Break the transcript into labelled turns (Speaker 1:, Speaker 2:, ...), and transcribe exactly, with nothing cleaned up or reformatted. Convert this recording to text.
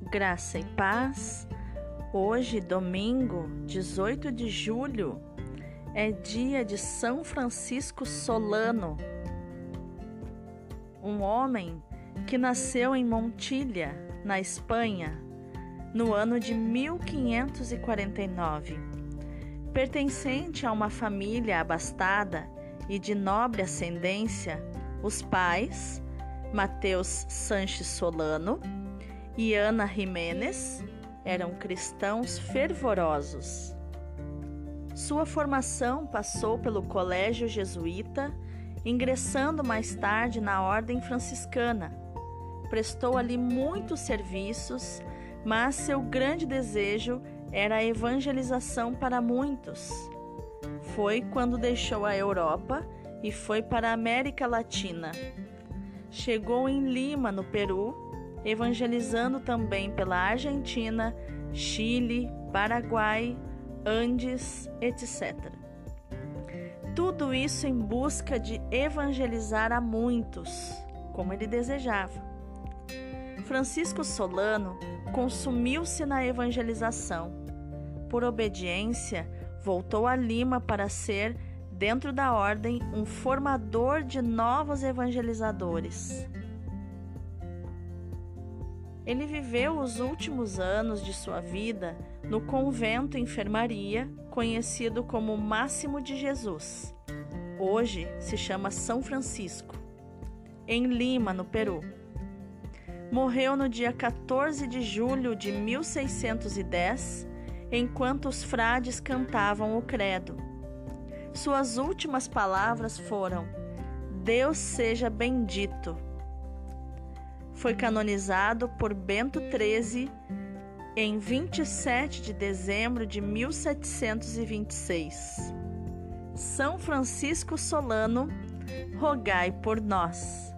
Speaker 1: Graça e paz. Hoje, domingo, dezoito de julho, é dia de São Francisco Solano, um homem que nasceu em Montilha, na Espanha, no ano de mil quinhentos e quarenta e nove. Pertencente a uma família abastada e de nobre ascendência, os pais, Mateus Sanches Solano e Ana Jiménez, eram cristãos fervorosos. Sua formação passou pelo colégio jesuíta, ingressando mais tarde na ordem franciscana. Prestou ali muitos serviços, mas seu grande desejo era a evangelização para muitos. Foi quando deixou a Europa e foi para a América Latina. Chegou em Lima, no Peru, evangelizando também pela Argentina, Chile, Paraguai, Andes, etcétera. Tudo isso em busca de evangelizar a muitos, como ele desejava. Francisco Solano consumiu-se na evangelização. Por obediência, voltou a Lima para ser, dentro da ordem, um formador de novos evangelizadores. Ele viveu os últimos anos de sua vida no convento Enfermaria, conhecido como Máximo de Jesus. Hoje se chama São Francisco, em Lima, no Peru. Morreu no dia quatorze de julho de mil seiscentos e dez, enquanto os frades cantavam o credo. Suas últimas palavras foram: Deus seja bendito. Foi canonizado por Bento treze em vinte e sete de dezembro de mil setecentos e vinte e seis. São Francisco Solano, rogai por nós.